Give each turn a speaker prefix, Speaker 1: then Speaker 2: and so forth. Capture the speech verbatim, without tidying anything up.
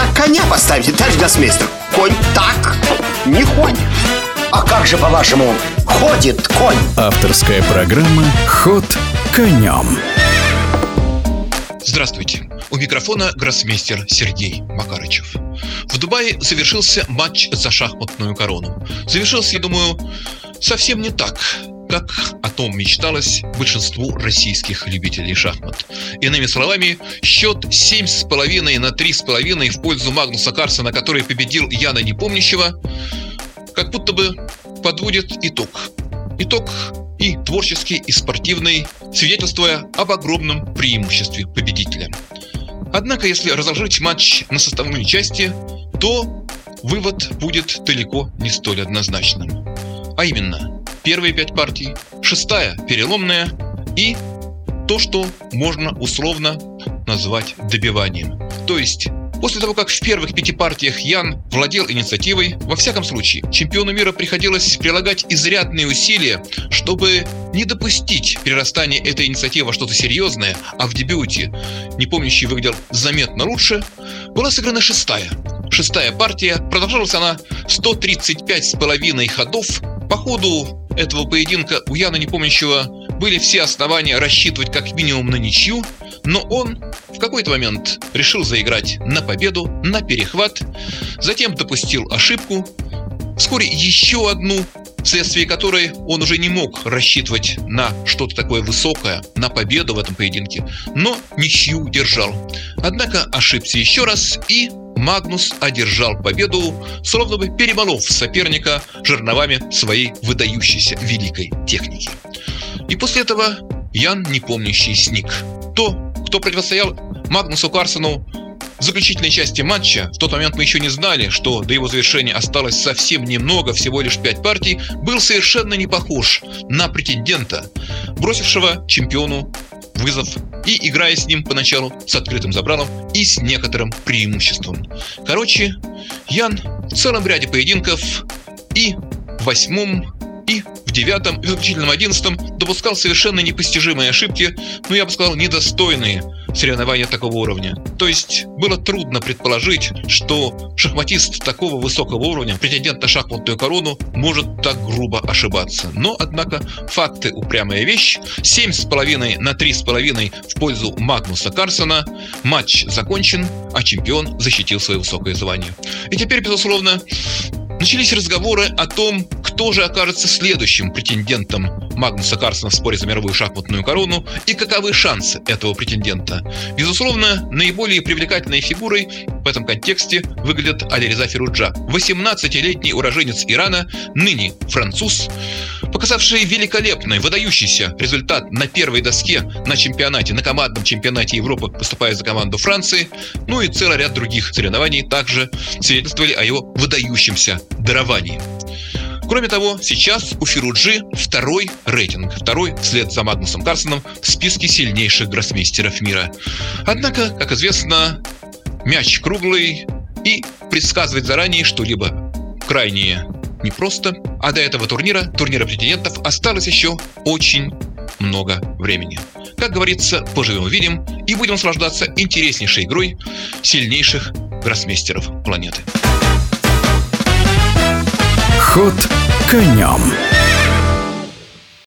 Speaker 1: так коня поставите, товарищ гроссмейстер? Конь так не ходит. А как же, по-вашему, ходит конь?
Speaker 2: Авторская программа «Ход конем».
Speaker 3: Здравствуйте. У микрофона гроссмейстер Сергей Макарычев. В Дубае завершился матч за шахматную корону. Завершился, я думаю, совсем не так, как о том мечталось большинству российских любителей шахмат. Иными словами, счет семь с половиной на три с половиной в пользу Магнуса Карлсена, который победил Яна Непомнящего, как будто бы подводит итог. Итог и творческий, и спортивный, свидетельствуя об огромном преимуществе победителя. Однако, если разложить матч на составные части, то вывод будет далеко не столь однозначным. А именно, первые пять партий, шестая переломная и то, что можно условно назвать добиванием. То есть, после того, как в первых пяти партиях Ян владел инициативой, во всяком случае, чемпиону мира приходилось прилагать изрядные усилия, чтобы не допустить перерастания этой инициативы во что-то серьезное, а в дебюте Непомнящий выглядел заметно лучше, была сыграна шестая. Шестая партия, продолжалась она сто тридцать пять с половиной ходов. По ходу этого поединка у Яна Непомнящего были все основания рассчитывать как минимум на ничью, но он в какой-то момент решил заиграть на победу, на перехват, затем допустил ошибку, вскоре еще одну, вследствие которой он уже не мог рассчитывать на что-то такое высокое, на победу в этом поединке, но ничью держал. Однако ошибся еще раз, и Магнус одержал победу, словно бы перемолов соперника жерновами своей выдающейся великой техники. И после этого Ян Непомнящий сник. То, кто противостоял Магнусу Карлсену в заключительной части матча, в тот момент мы еще не знали, что до его завершения осталось совсем немного, всего лишь пять партий, был совершенно не похож на претендента, бросившего чемпиону вызов и играя с ним поначалу с открытым забралом и с некоторым преимуществом. Короче, Ян в целом ряде поединков и в восьмом, и в девятом, и в заключительном одиннадцатом допускал совершенно непостижимые ошибки, но я бы сказал, недостойные соревнования такого уровня. То есть было трудно предположить, что шахматист такого высокого уровня, претендент на шахматную корону, может так грубо ошибаться. Но, однако, факты — упрямая вещь. семь с половиной на три с половиной в пользу Магнуса Карлсена. Матч закончен, а чемпион защитил свое высокое звание. И теперь, безусловно, начались разговоры о том, кто же окажется следующим претендентом Магнуса Карлсена в споре за мировую шахматную корону и каковы шансы этого претендента. Безусловно, наиболее привлекательной фигурой в этом контексте выглядит Алиреза Фируджа, восемнадцатилетний уроженец Ирана, ныне француз, показавший великолепный, выдающийся результат на первой доске на чемпионате, на командном чемпионате Европы, выступая за команду Франции, ну и целый ряд других соревнований также свидетельствовали о его выдающемся даровании. Кроме того, сейчас у Фируджи второй рейтинг, второй вслед за Магнусом Карлсеном в списке сильнейших гроссмейстеров мира. Однако, как известно, мяч круглый, и предсказывать заранее что-либо крайне непросто, а до этого турнира, турнира претендентов, осталось еще очень много времени. Как говорится, поживем увидим и будем наслаждаться интереснейшей игрой сильнейших гроссмейстеров планеты.
Speaker 2: Ход конем.